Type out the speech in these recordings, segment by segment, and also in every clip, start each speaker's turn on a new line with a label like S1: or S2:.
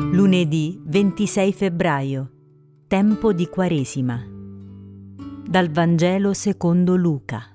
S1: Lunedì 26 febbraio, tempo di Quaresima. Dal Vangelo secondo Luca.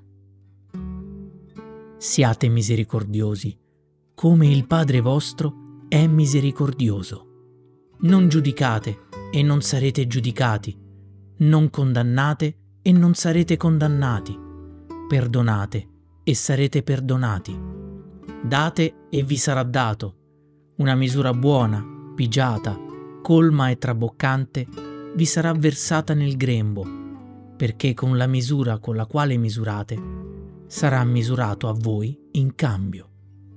S2: Siate misericordiosi, come il Padre vostro è misericordioso. Non giudicate e non sarete giudicati, non condannate e non sarete condannati, perdonate e sarete perdonati, date e vi sarà dato, una misura buona, pigiata, colma e traboccante vi sarà versata nel grembo, perché con la misura con la quale misurate sarà misurato a voi in cambio.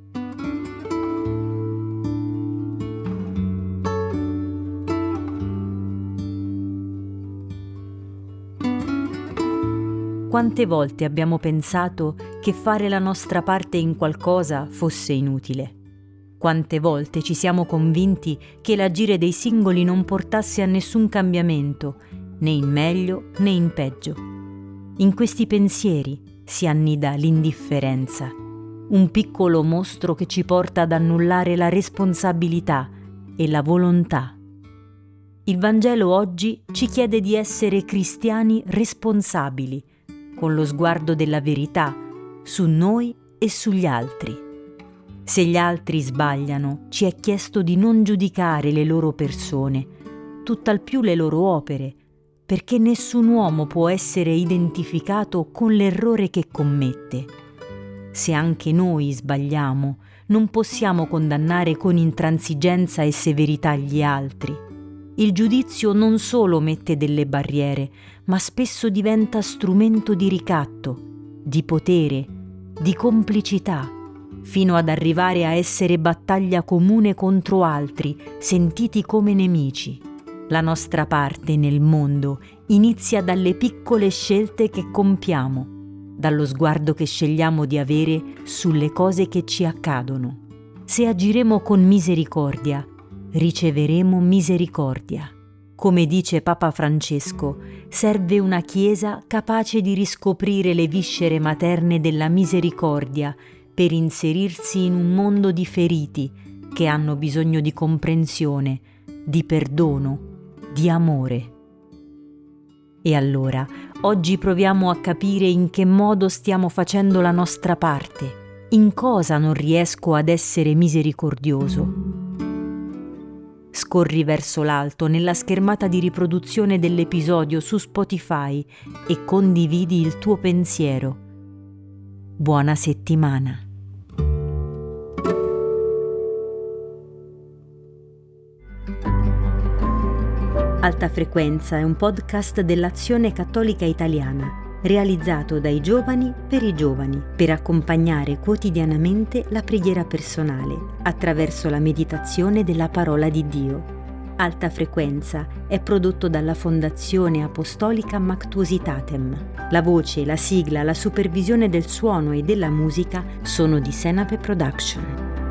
S1: Quante volte abbiamo pensato che fare la nostra parte in qualcosa fosse inutile? Quante volte ci siamo convinti che l'agire dei singoli non portasse a nessun cambiamento, né in meglio né in peggio. In questi pensieri si annida l'indifferenza, un piccolo mostro che ci porta ad annullare la responsabilità e la volontà. Il Vangelo oggi ci chiede di essere cristiani responsabili, con lo sguardo della verità su noi e sugli altri. Se gli altri sbagliano, ci è chiesto di non giudicare le loro persone, tutt'al più le loro opere, perché nessun uomo può essere identificato con l'errore che commette. Se anche noi sbagliamo, non possiamo condannare con intransigenza e severità gli altri. Il giudizio non solo mette delle barriere, ma spesso diventa strumento di ricatto, di potere, di complicità, fino ad arrivare a essere battaglia comune contro altri, sentiti come nemici. La nostra parte nel mondo inizia dalle piccole scelte che compiamo, dallo sguardo che scegliamo di avere sulle cose che ci accadono. Se agiremo con misericordia, riceveremo misericordia. Come dice Papa Francesco, serve una Chiesa capace di riscoprire le viscere materne della misericordia per inserirsi in un mondo di feriti che hanno bisogno di comprensione, di perdono, di amore. E allora, oggi proviamo a capire in che modo stiamo facendo la nostra parte, in cosa non riesco ad essere misericordioso. Scorri verso l'alto nella schermata di riproduzione dell'episodio su Spotify e condividi il tuo pensiero. Buona settimana. Alta Frequenza è un podcast dell'Azione Cattolica Italiana, realizzato dai giovani per accompagnare quotidianamente la preghiera personale attraverso la meditazione della parola di Dio. Alta Frequenza è prodotto dalla Fondazione Apostolica Mactuositatem. La voce, la sigla, la supervisione del suono e della musica sono di Senape Production.